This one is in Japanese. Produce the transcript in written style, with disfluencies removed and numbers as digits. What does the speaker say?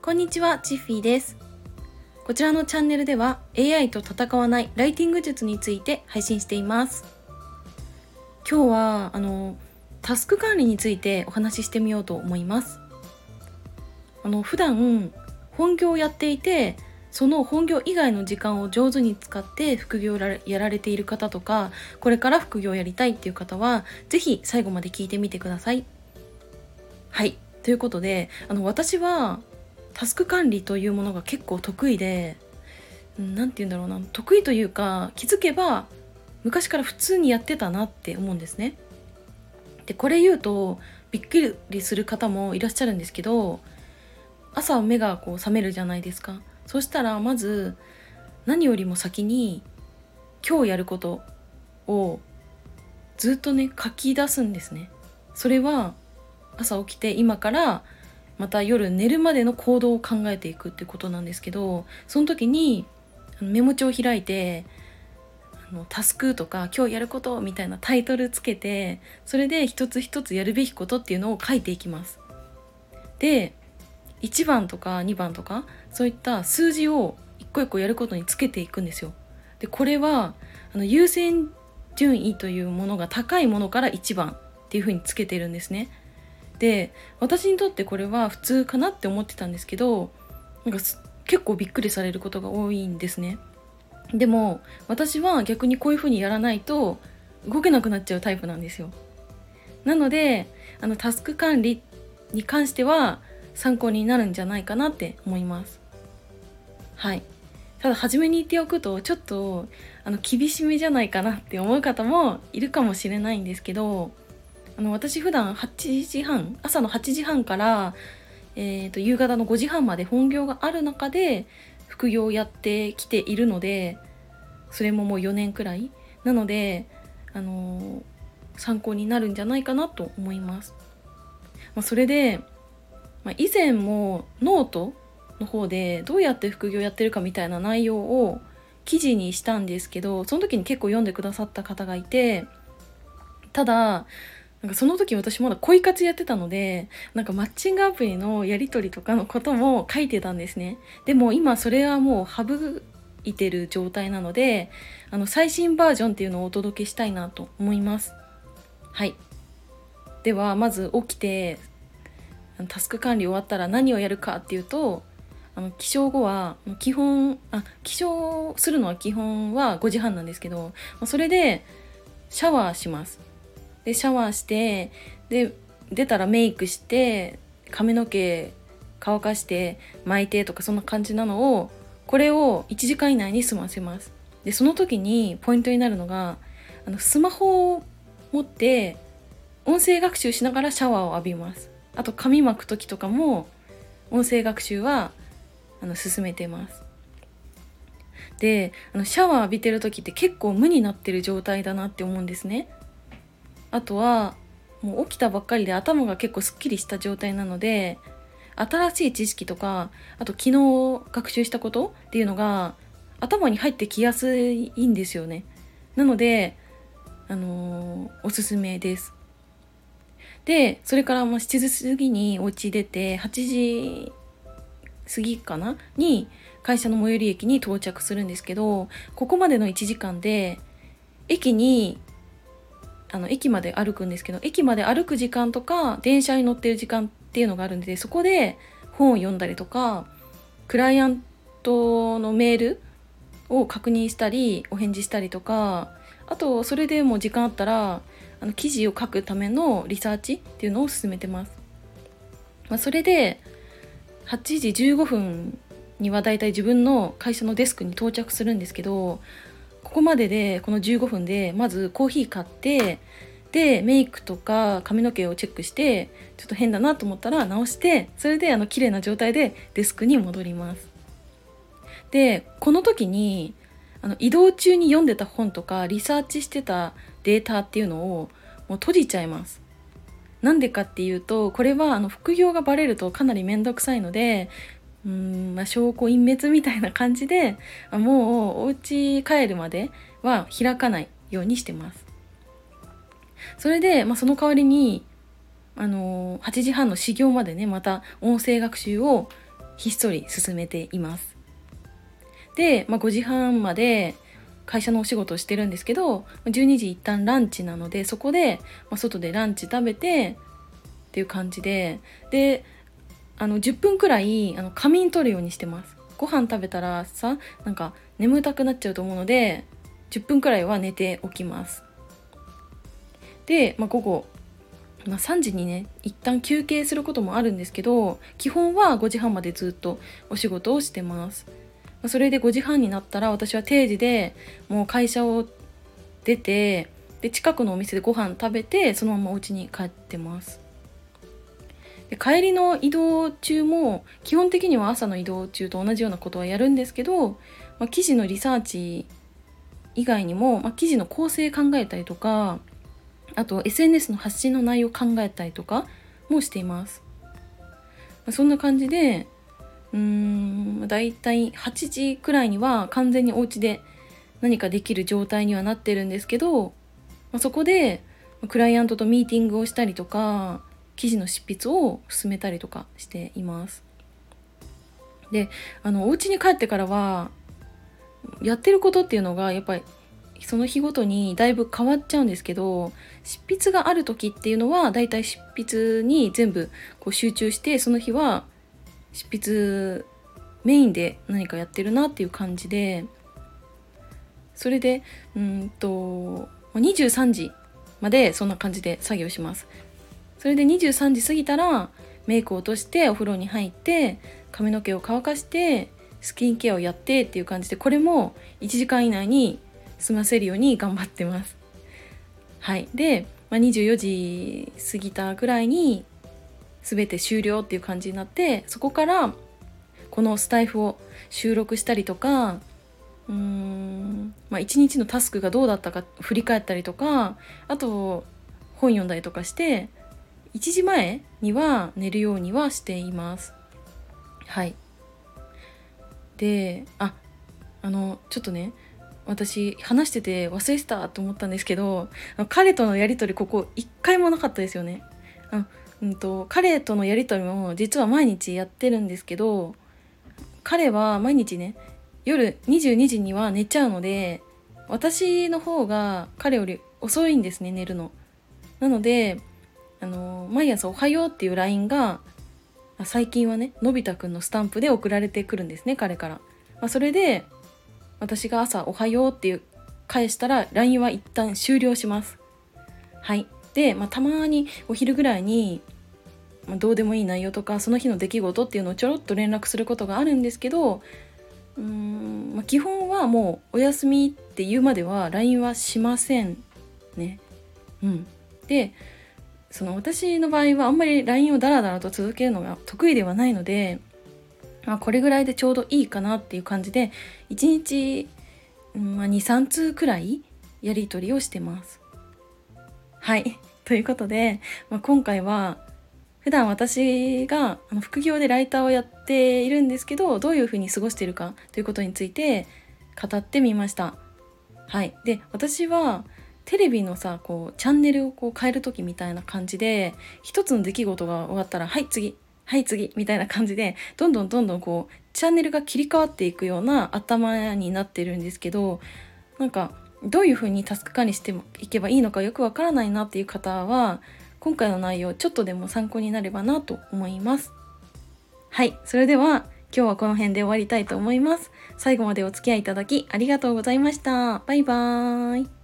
こんにちは、チッフィーです。こちらのチャンネルでは AI と戦わないライティング術について配信しています。今日はタスク管理についてお話ししてみようと思います。普段本業をやっていて、その本業以外の時間を上手に使って副業をやられている方とか、これから副業をやりたいっていう方はぜひ最後まで聞いてみてください。はい、ということで私はタスク管理というものが結構得意で、なんて言うんだろうな、得意というか気づけば昔から普通にやってたなって思うんですね。でこれ言うとびっくりする方もいらっしゃるんですけど、朝目が覚めるじゃないですか。そしたらまず何よりも先に今日やることをずっとね書き出すんですね。それは朝起きて今からまた夜寝るまでの行動を考えていくってことなんですけど、その時にメモ帳を開いてタスクとか今日やることみたいなタイトルつけて、それで一つ一つやるべきことっていうのを書いていきます。で1番とか2番とかそういった数字を一個一個やることにつけていくんですよ。でこれは優先順位というものが高いものから1番っていう風につけてるんですね。で私にとってこれは普通かなって思ってたんですけど、結構びっくりされることが多いんですね。でも私は逆にこういう風にやらないと動けなくなっちゃうタイプなんですよ。なのでタスク管理に関しては参考になるんじゃないかなって思います。はい。ただ初めに言っておくと、ちょっと厳しめじゃないかなって思う方もいるかもしれないんですけど、私普段8時半朝の8時半から、夕方の5時半まで本業がある中で副業をやってきているので、それももう4年くらいなので、参考になるんじゃないかなと思います。それで、以前もノートの方でどうやって副業やってるかみたいな内容を記事にしたんですけど、その時に結構読んでくださった方がいて、ただその時私まだ恋活やってたので、マッチングアプリのやり取りとかのことも書いてたんですね。でも今それはもう省いてる状態なので、最新バージョンっていうのをお届けしたいなと思います。はい。ではまず起きてタスク管理終わったら何をやるかっていうと、起床後は起床するのは基本は5時半なんですけど、それでシャワーします。でシャワーして、で出たらメイクして、髪の毛乾かして巻いてとか、そんな感じなのを、これを1時間以内に済ませます。でその時にポイントになるのが、スマホを持って音声学習しながらシャワーを浴びます。あと髪巻く時とかも音声学習は進めてます。でシャワー浴びてる時って結構無になってる状態だなって思うんですね。あとはもう起きたばっかりで頭が結構すっきりした状態なので、新しい知識とか、あと昨日学習したことっていうのが頭に入ってきやすいんですよね。なのでおすすめです。でそれから7時過ぎにお家出て、8時過ぎかなに会社の最寄り駅に到着するんですけど、ここまでの1時間で駅まで歩くんですけど、駅まで歩く時間とか電車に乗ってる時間っていうのがあるんで、そこで本を読んだりとか、クライアントのメールを確認したりお返事したりとか、あとそれでも時間あったら記事を書くためのリサーチっていうのを進めてます。それで8時15分にはだいたい自分の会社のデスクに到着するんですけど、ここまででこの15分でまずコーヒー買って、でメイクとか髪の毛をチェックして、ちょっと変だなと思ったら直して、それで綺麗な状態でデスクに戻ります。でこの時に移動中に読んでた本とかリサーチしてたデータっていうのをもう閉じちゃいます。なんでかっていうと、これは副業がバレるとかなりめんどくさいので、証拠隠滅みたいな感じで、もうお家帰るまでは開かないようにしてます。それで、その代わりに8時半の始業までね、また音声学習をひっそり進めています。で、5時半まで会社のお仕事をしてるんですけど、12時一旦ランチなので、そこで、外でランチ食べてっていう感じで、10分くらい仮眠取るようにしてます。ご飯食べたらさ、なんか眠たくなっちゃうと思うので、10分くらいは寝ておきます。で、午後、3時にね一旦休憩することもあるんですけど、基本は5時半までずっとお仕事をしてます。それで5時半になったら、私は定時でもう会社を出て、で近くのお店でご飯食べて、そのままお家に帰ってます。で帰りの移動中も基本的には朝の移動中と同じようなことはやるんですけど、記事のリサーチ以外にも、記事の構成考えたりとか、あと SNS の発信の内容を考えたりとかもしています。そんな感じでだいたい8時くらいには完全にお家で何かできる状態にはなってるんですけど、そこでクライアントとミーティングをしたりとか、記事の執筆を進めたりとかしています。で、お家に帰ってからはやってることっていうのがやっぱりその日ごとにだいぶ変わっちゃうんですけど、執筆がある時っていうのはだいたい執筆に全部こう集中して、その日は執筆メインで何かやってるなっていう感じで、それで23時までそんな感じで作業します。それで23時過ぎたらメイクを落としてお風呂に入って、髪の毛を乾かしてスキンケアをやってっていう感じで、これも1時間以内に済ませるように頑張ってます。はい。で、24時過ぎたぐらいに全て終了っていう感じになって、そこからこのスタイフを収録したりとか、一日のタスクがどうだったか振り返ったりとか、あと本読んだりとかして、1時前には寝るようにはしています。はい。で、ちょっとね、私話してて忘れてたと思ったんですけど、彼とのやり取りここ1回もなかったですよね。彼とのやり取りも実は毎日やってるんですけど、彼は毎日ね夜22時には寝ちゃうので、私の方が彼より遅いんですね、寝るの。なので毎朝おはようっていう LINE が最近はねのび太くんのスタンプで送られてくるんですね、彼から。それで私が朝おはようっていう返したら LINE は一旦終了します。はい。で、たまにお昼ぐらいに、どうでもいい内容とかその日の出来事っていうのをちょろっと連絡することがあるんですけど、基本はもうお休みって言うまでは LINE はしませんね。で、私の場合はあんまり LINE をダラダラと続けるのが得意ではないので、これぐらいでちょうどいいかなっていう感じで1日、2、3通くらいやり取りをしてます。はいということで、今回は普段私が副業でライターをやっているんですけど、どういうふうに過ごしているかということについて語ってみました。はい。で、私はテレビのさ、チャンネルを変える時みたいな感じで、一つの出来事が終わったらはい次はい次みたいな感じで、どんどんチャンネルが切り替わっていくような頭になってるんですけど、なんかどういう風にタスク管理していけばいいのかよくわからないなっていう方は、今回の内容ちょっとでも参考になればなと思います。はい、それでは今日はこの辺で終わりたいと思います。最後までお付き合いいただきありがとうございました。バイバーイ。